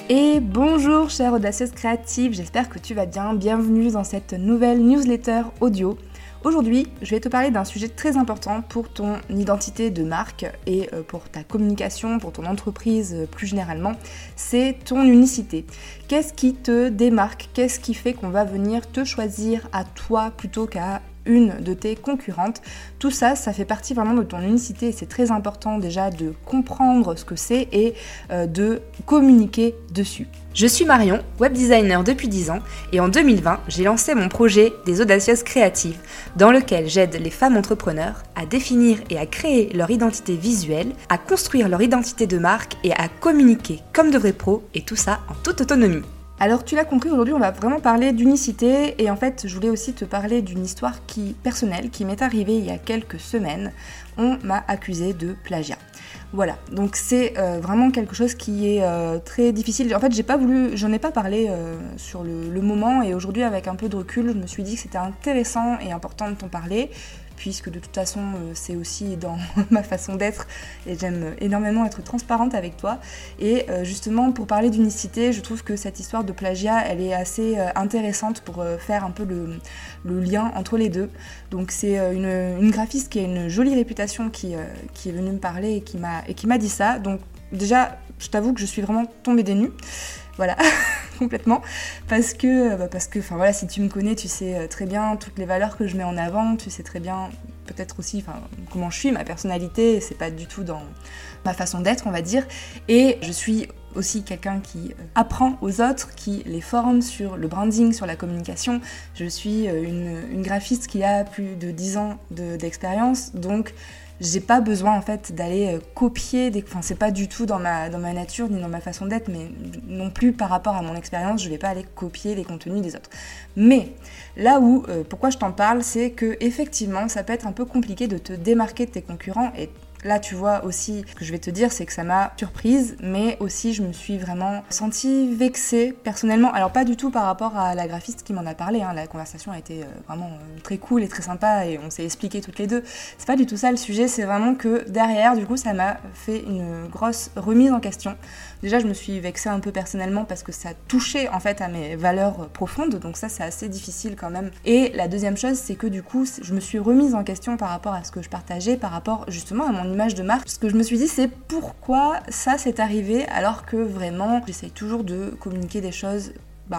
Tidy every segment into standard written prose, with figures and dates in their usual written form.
Et bonjour chère audacieuse créative, j'espère que tu vas bien, bienvenue dans cette nouvelle newsletter audio. Aujourd'hui, je vais te parler d'un sujet très important pour ton identité de marque et pour ta communication, pour ton entreprise plus généralement, c'est ton unicité. Qu'est-ce qui te démarque? Qu'est-ce qui fait qu'on va venir te choisir à toi plutôt qu'à une de tes concurrentes? Tout ça, ça fait partie vraiment de ton unicité et c'est très important déjà de comprendre ce que c'est et de communiquer dessus. Je suis Marion, web designer depuis 10 ans et en 2020, j'ai lancé mon projet des Audacieuses Créatives dans lequel j'aide les femmes entrepreneurs à définir et à créer leur identité visuelle, à construire leur identité de marque et à communiquer comme de vrais pros et tout ça en toute autonomie. Alors tu l'as compris, aujourd'hui on va vraiment parler d'unicité et en fait je voulais aussi te parler d'une histoire personnelle qui m'est arrivée il y a quelques semaines. On m'a accusée de plagiat. Voilà, donc c'est vraiment quelque chose qui est très difficile. En fait j'en ai pas parlé sur le moment et aujourd'hui avec un peu de recul je me suis dit que c'était intéressant et important de t'en parler, puisque de toute façon c'est aussi dans ma façon d'être et j'aime énormément être transparente avec toi. Et justement pour parler d'unicité, je trouve que cette histoire de plagiat elle est assez intéressante pour faire un peu le lien entre les deux. Donc c'est une graphiste qui a une jolie réputation qui est venue me parler et qui m'a dit ça. Donc déjà je t'avoue que je suis vraiment tombée des nues. Voilà, complètement, parce que enfin voilà, si tu me connais, tu sais très bien toutes les valeurs que je mets en avant, tu sais très bien peut-être aussi comment je suis, ma personnalité, c'est pas du tout dans ma façon d'être, on va dire, et je suis aussi quelqu'un qui apprend aux autres, qui les forme sur le branding, sur la communication. Je suis une graphiste qui a plus de 10 ans d'expérience, donc j'ai pas besoin en fait d'aller copier c'est pas du tout dans ma nature ni dans ma façon d'être, mais non plus par rapport à mon expérience, je vais pas aller copier les contenus des autres. Mais là où pourquoi je t'en parle, c'est que effectivement ça peut être un peu compliqué de te démarquer de tes concurrents. Et là, tu vois aussi, ce que je vais te dire, c'est que ça m'a surprise, mais aussi je me suis vraiment sentie vexée personnellement. Alors pas du tout par rapport à la graphiste qui m'en a parlé, hein. La conversation a été vraiment très cool et très sympa et on s'est expliqué toutes les deux. C'est pas du tout ça le sujet, c'est vraiment que derrière, du coup, ça m'a fait une grosse remise en question. Déjà, je me suis vexée un peu personnellement parce que ça touchait en fait à mes valeurs profondes, donc ça c'est assez difficile quand même. Et la deuxième chose, c'est que du coup, je me suis remise en question par rapport à ce que je partageais, par rapport justement à mon image de marque. Ce que je me suis dit, c'est pourquoi ça s'est arrivé alors que vraiment, j'essaye toujours de communiquer des choses,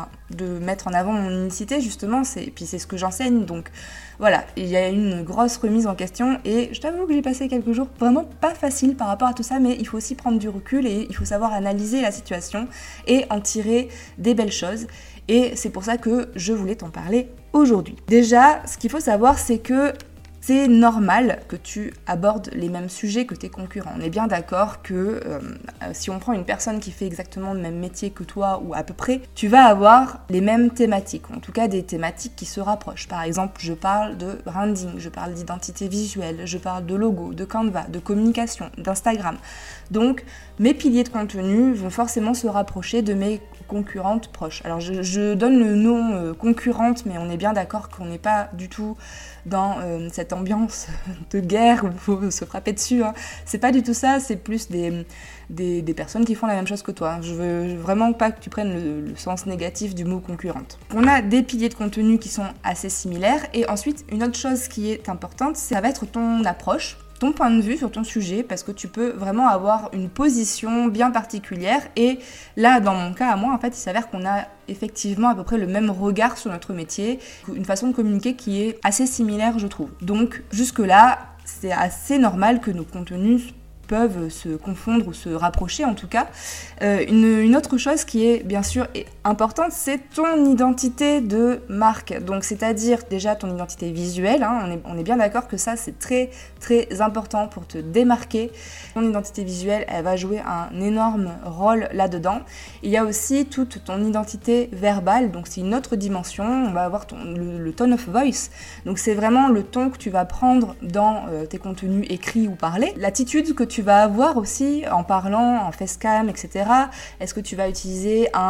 de mettre en avant mon unicité justement, et puis c'est ce que j'enseigne, donc voilà, il y a une grosse remise en question et je t'avoue que j'ai passé quelques jours vraiment pas faciles par rapport à tout ça, mais il faut aussi prendre du recul et il faut savoir analyser la situation et en tirer des belles choses, et c'est pour ça que je voulais t'en parler aujourd'hui. Déjà, ce qu'il faut savoir, c'est que c'est normal que tu abordes les mêmes sujets que tes concurrents. On est bien d'accord que si on prend une personne qui fait exactement le même métier que toi ou à peu près, tu vas avoir les mêmes thématiques, en tout cas des thématiques qui se rapprochent. Par exemple, je parle de branding, je parle d'identité visuelle, je parle de logo, de Canva, de communication, d'Instagram. Donc, mes piliers de contenu vont forcément se rapprocher de mes concurrentes proches. Alors, je donne le nom concurrente, mais on est bien d'accord qu'on n'est pas du tout dans cette ambiance de guerre où il faut se frapper dessus, hein. C'est pas du tout ça, c'est plus des personnes qui font la même chose que toi. Je veux vraiment pas que tu prennes le sens négatif du mot concurrente. On a des piliers de contenu qui sont assez similaires, et ensuite une autre chose qui est importante, ça va être ton approche, ton point de vue sur ton sujet, parce que tu peux vraiment avoir une position bien particulière. Et là, dans mon cas à moi, en fait, il s'avère qu'on a effectivement à peu près le même regard sur notre métier, une façon de communiquer qui est assez similaire, je trouve. Donc jusque-là, c'est assez normal que nos contenus peuvent se confondre ou se rapprocher en tout cas. Une autre chose qui est bien sûr importante, c'est ton identité de marque. Donc c'est-à-dire déjà ton identité visuelle, hein, on est bien d'accord que ça c'est très très important pour te démarquer. Ton identité visuelle, elle va jouer un énorme rôle là-dedans. Il y a aussi toute ton identité verbale, donc c'est une autre dimension. On va avoir le tone of voice, donc c'est vraiment le ton que tu vas prendre dans tes contenus écrits ou parlés, l'attitude que tu vas avoir aussi en parlant, en facecam, etc. Est-ce que tu vas utiliser un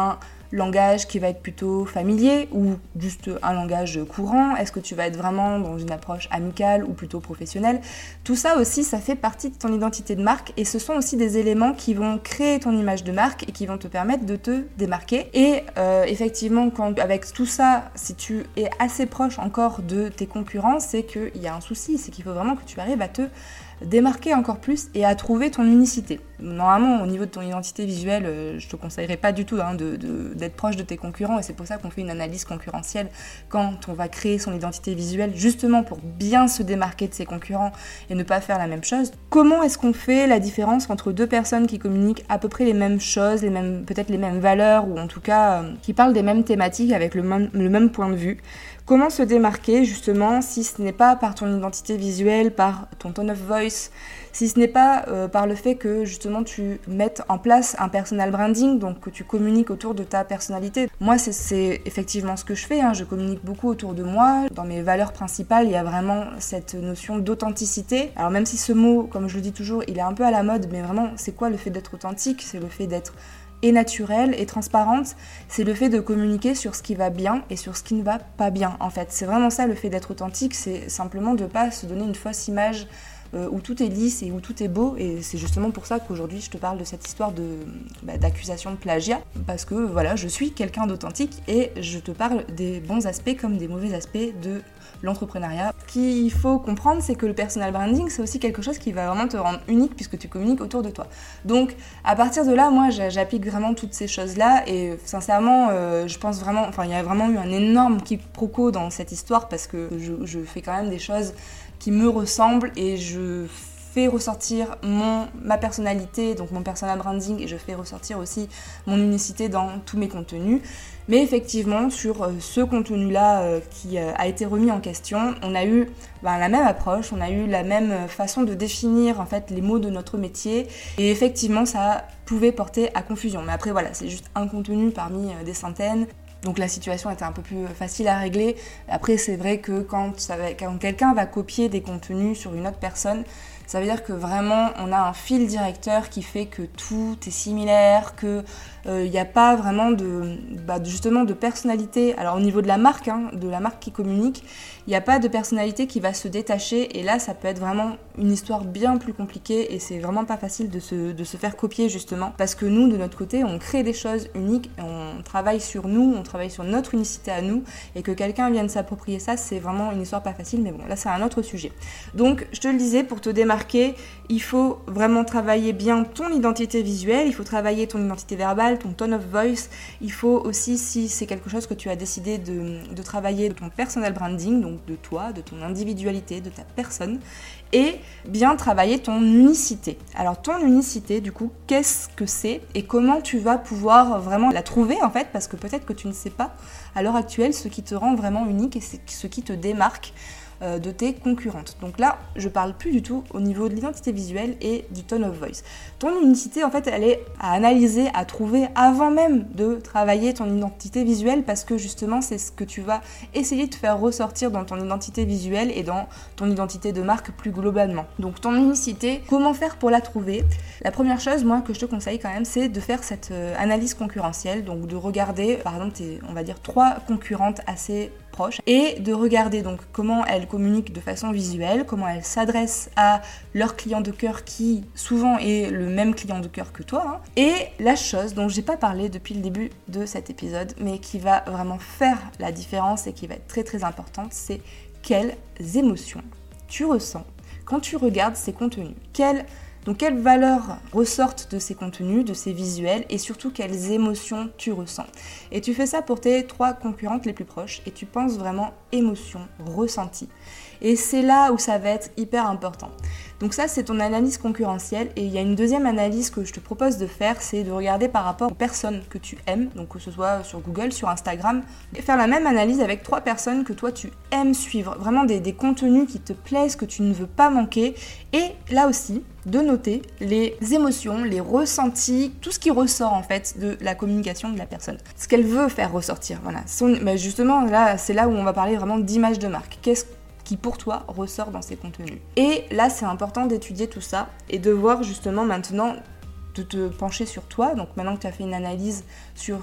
langage qui va être plutôt familier ou juste un langage courant? Est-ce que tu vas être vraiment dans une approche amicale ou plutôt professionnelle? Tout ça aussi, ça fait partie de ton identité de marque et ce sont aussi des éléments qui vont créer ton image de marque et qui vont te permettre de te démarquer. Et effectivement, avec tout ça, si tu es assez proche encore de tes concurrents, c'est qu'il y a un souci, c'est qu'il faut vraiment que tu arrives à te démarquer encore plus et à trouver ton unicité. Normalement, au niveau de ton identité visuelle, je te conseillerais pas du tout d'être proche de tes concurrents et c'est pour ça qu'on fait une analyse concurrentielle quand on va créer son identité visuelle, justement pour bien se démarquer de ses concurrents et ne pas faire la même chose. Comment est-ce qu'on fait la différence entre deux personnes qui communiquent à peu près les mêmes choses, peut-être les mêmes valeurs ou en tout cas qui parlent des mêmes thématiques avec le même point de vue? Comment se démarquer justement si ce n'est pas par ton identité visuelle, par ton tone of voice, si ce n'est pas par le fait que justement tu mettes en place un personal branding, donc que tu communiques autour de ta personnalité. Moi c'est effectivement ce que je fais, je communique beaucoup autour de moi. Dans mes valeurs principales, il y a vraiment cette notion d'authenticité. Alors même si ce mot, comme je le dis toujours, il est un peu à la mode, mais vraiment c'est quoi le fait d'être authentique? C'est le fait d'être et naturelle et transparente, c'est le fait de communiquer sur ce qui va bien et sur ce qui ne va pas bien en fait. C'est vraiment ça le fait d'être authentique, c'est simplement de ne pas se donner une fausse image où tout est lisse et où tout est beau et c'est justement pour ça qu'aujourd'hui je te parle de cette histoire d'accusation de plagiat parce que voilà, je suis quelqu'un d'authentique et je te parle des bons aspects comme des mauvais aspects de l'entrepreneuriat. Ce qu'il faut comprendre, c'est que le personal branding, c'est aussi quelque chose qui va vraiment te rendre unique puisque tu communiques autour de toi. Donc, à partir de là, moi, j'applique vraiment toutes ces choses-là et sincèrement, je pense vraiment, il y a vraiment eu un énorme quiproquo dans cette histoire parce que je fais quand même des choses qui me ressemblent et je fais ressortir ma personnalité, donc mon personal branding, et je fais ressortir aussi mon unicité dans tous mes contenus. Mais effectivement, sur ce contenu-là qui a été remis en question, on a eu la même approche, on a eu la même façon de définir en fait les mots de notre métier et effectivement ça pouvait porter à confusion. Mais après voilà, c'est juste un contenu parmi des centaines. Donc la situation était un peu plus facile à régler. Après c'est vrai que quand quelqu'un va copier des contenus sur une autre personne, ça veut dire que vraiment on a un fil directeur qui fait que tout est similaire, que il n'y a pas vraiment justement de personnalité. Alors au niveau de la marque qui communique, il n'y a pas de personnalité qui va se détacher et là ça peut être vraiment une histoire bien plus compliquée et c'est vraiment pas facile de se faire copier justement parce que nous de notre côté on crée des choses uniques, on travaille sur nous, on travaille sur notre unicité à nous et que quelqu'un vienne s'approprier ça, c'est vraiment une histoire pas facile, mais bon là c'est un autre sujet. Donc je te le disais, pour te démarquer, il faut vraiment travailler bien ton identité visuelle, il faut travailler ton identité verbale, ton tone of voice, il faut aussi, si c'est quelque chose que tu as décidé de travailler, de ton personal branding, donc de toi, de ton individualité, de ta personne, et bien travailler ton unicité. Alors ton unicité, du coup, qu'est-ce que c'est et comment tu vas pouvoir vraiment la trouver en fait, parce que peut-être que tu ne sais pas à l'heure actuelle ce qui te rend vraiment unique et ce qui te démarque de tes concurrentes. Donc là, je parle plus du tout au niveau de l'identité visuelle et du tone of voice. Ton unicité, en fait, elle est à analyser, à trouver avant même de travailler ton identité visuelle parce que justement, c'est ce que tu vas essayer de faire ressortir dans ton identité visuelle et dans ton identité de marque plus globalement. Donc ton unicité, comment faire pour la trouver? La première chose, moi, que je te conseille quand même, c'est de faire cette analyse concurrentielle, donc de regarder, par exemple, on va dire 3 concurrentes assez proches et de regarder donc comment elles communiquent de façon visuelle, comment elles s'adressent à leur client de cœur qui souvent est le même client de cœur que toi, Et la chose dont j'ai pas parlé depuis le début de cet épisode, mais qui va vraiment faire la différence et qui va être très très importante, c'est quelles émotions tu ressens quand tu regardes ces contenus. Donc quelles valeurs ressortent de ces contenus, de ces visuels et surtout quelles émotions tu ressens. Et tu fais ça pour tes 3 concurrentes les plus proches et tu penses vraiment émotion, ressenti. Et c'est là où ça va être hyper important. Donc ça c'est ton analyse concurrentielle et il y a une deuxième analyse que je te propose de faire, c'est de regarder par rapport aux personnes que tu aimes, donc que ce soit sur Google, sur Instagram, et faire la même analyse avec 3 personnes que toi tu aimes suivre, vraiment des contenus qui te plaisent, que tu ne veux pas manquer et là aussi de noter les émotions, les ressentis, tout ce qui ressort en fait de la communication de la personne. Ce qu'elle veut faire ressortir, voilà. Justement là c'est là où on va parler vraiment d'image de marque. Qu'est-ce qui pour toi ressort dans ces contenus. Et là c'est important d'étudier tout ça et de voir justement maintenant, de te pencher sur toi, donc maintenant que tu as fait une analyse sur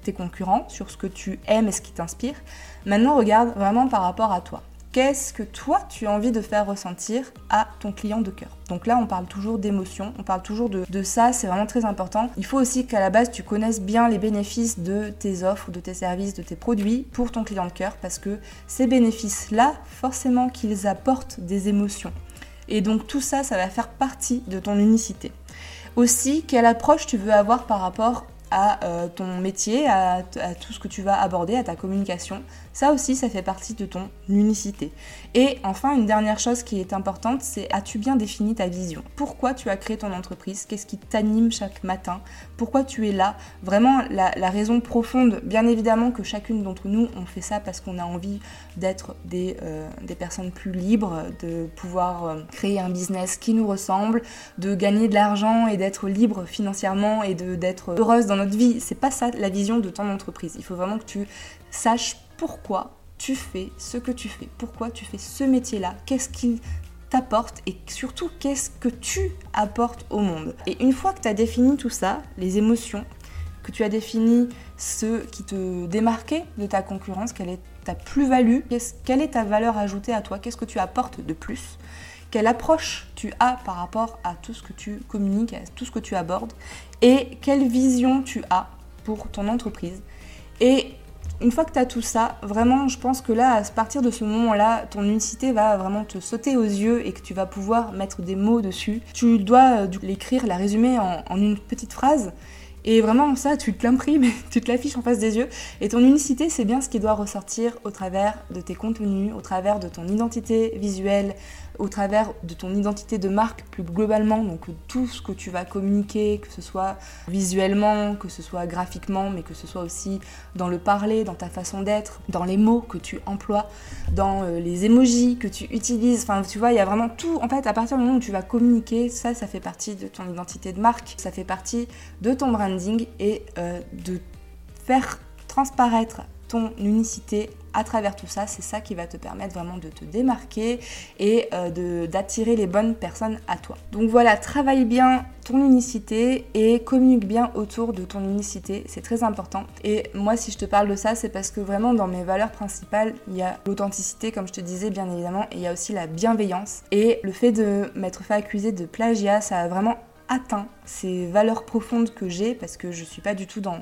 tes concurrents, sur ce que tu aimes et ce qui t'inspire. Maintenant, regarde vraiment par rapport à toi. Qu'est-ce que toi, tu as envie de faire ressentir à ton client de cœur? Donc là, on parle toujours d'émotion, on parle toujours de ça, c'est vraiment très important. Il faut aussi qu'à la base, tu connaisses bien les bénéfices de tes offres, de tes services, de tes produits pour ton client de cœur, parce que ces bénéfices-là, forcément qu'ils apportent des émotions. Et donc tout ça, ça va faire partie de ton unicité. Aussi, quelle approche tu veux avoir par rapport à ton métier, à tout ce que tu vas aborder, à ta communication. Ça aussi, ça fait partie de ton unicité. Et enfin, une dernière chose qui est importante, c'est as-tu bien défini ta vision? Pourquoi tu as créé ton entreprise? Qu'est-ce qui t'anime chaque matin? Pourquoi tu es là? Vraiment, la raison profonde, bien évidemment que chacune d'entre nous, on fait ça parce qu'on a envie d'être des personnes plus libres, de pouvoir créer un business qui nous ressemble, de gagner de l'argent et d'être libre financièrement et d'être heureuse dans notre vie. C'est pas ça la vision de ton entreprise. Il faut vraiment que tu saches pourquoi tu fais ce que tu fais, pourquoi tu fais ce métier-là, qu'est-ce qu'il t'apporte et surtout qu'est-ce que tu apportes au monde. Et une fois que tu as défini tout ça, les émotions, que tu as défini ce qui te démarquait de ta concurrence, quelle est ta plus-value, quelle est ta valeur ajoutée à toi, qu'est-ce que tu apportes de plus, quelle approche tu as par rapport à tout ce que tu communiques, à tout ce que tu abordes et quelle vision tu as pour ton entreprise. Et une fois que tu as tout ça, vraiment, je pense que là, à partir de ce moment-là, ton unicité va vraiment te sauter aux yeux et que tu vas pouvoir mettre des mots dessus. Tu dois l'écrire, la résumer en une petite phrase. Et vraiment, ça, tu te l'imprimes, tu te l'affiches en face des yeux. Et ton unicité, c'est bien ce qui doit ressortir au travers de tes contenus, au travers de ton identité visuelle, au travers de ton identité de marque plus globalement. Donc tout ce que tu vas communiquer, que ce soit visuellement, que ce soit graphiquement, mais que ce soit aussi dans le parler, dans ta façon d'être, dans les mots que tu emploies, dans les emojis que tu utilises. Enfin, tu vois, il y a vraiment tout. En fait, à partir du moment où tu vas communiquer, ça fait partie de ton identité de marque. Ça fait partie de ton branding et de faire transparaître ton unicité à travers tout ça, c'est ça qui va te permettre vraiment de te démarquer et d'attirer les bonnes personnes à toi. Donc voilà, travaille bien ton unicité et communique bien autour de ton unicité, c'est très important. Et moi, si je te parle de ça, c'est parce que vraiment dans mes valeurs principales, il y a l'authenticité, comme je te disais, bien évidemment, et il y a aussi la bienveillance. Et le fait de m'être fait accuser de plagiat, ça a vraiment atteint ces valeurs profondes que j'ai, parce que je suis pas du tout dans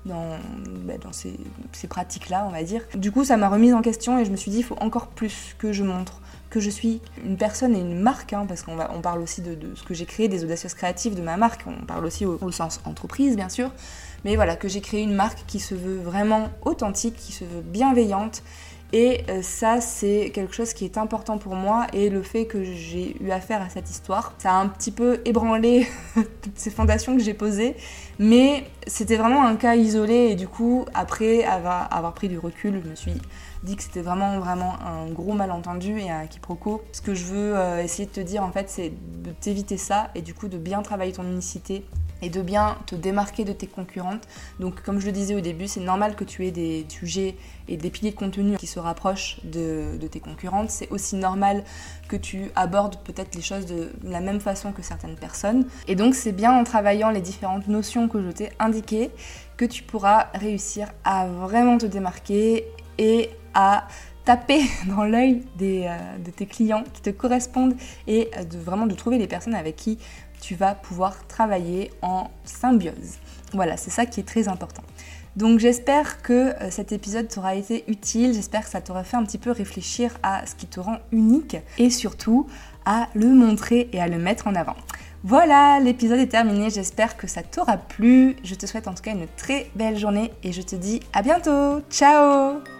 ces pratiques-là, on va dire. Du coup, ça m'a remise en question et je me suis dit, il faut encore plus que je montre que je suis une personne et une marque, parce qu'on parle aussi de ce que j'ai créé, des audacieuses créatives de ma marque, on parle aussi au sens entreprise, bien sûr, mais voilà, que j'ai créé une marque qui se veut vraiment authentique, qui se veut bienveillante. Et ça, c'est quelque chose qui est important pour moi, et le fait que j'ai eu affaire à cette histoire, ça a un petit peu ébranlé toutes ces fondations que j'ai posées, mais c'était vraiment un cas isolé, et du coup, après avoir pris du recul, je me suis dit que c'était vraiment un gros malentendu et un quiproquo. Ce que je veux essayer de te dire, en fait, c'est de t'éviter ça, et du coup de bien travailler ton unicité, et de bien te démarquer de tes concurrentes. Donc comme je le disais au début, c'est normal que tu aies des sujets et des piliers de contenu qui se rapprochent de tes concurrentes. C'est aussi normal que tu abordes peut-être les choses de la même façon que certaines personnes. Et donc c'est bien en travaillant les différentes notions que je t'ai indiquées que tu pourras réussir à vraiment te démarquer et à taper dans l'œil de tes clients qui te correspondent et vraiment de trouver les personnes avec qui tu vas pouvoir travailler en symbiose. Voilà, c'est ça qui est très important. Donc j'espère que cet épisode t'aura été utile, j'espère que ça t'aura fait un petit peu réfléchir à ce qui te rend unique et surtout à le montrer et à le mettre en avant. Voilà, l'épisode est terminé, j'espère que ça t'aura plu. Je te souhaite en tout cas une très belle journée et je te dis à bientôt. Ciao!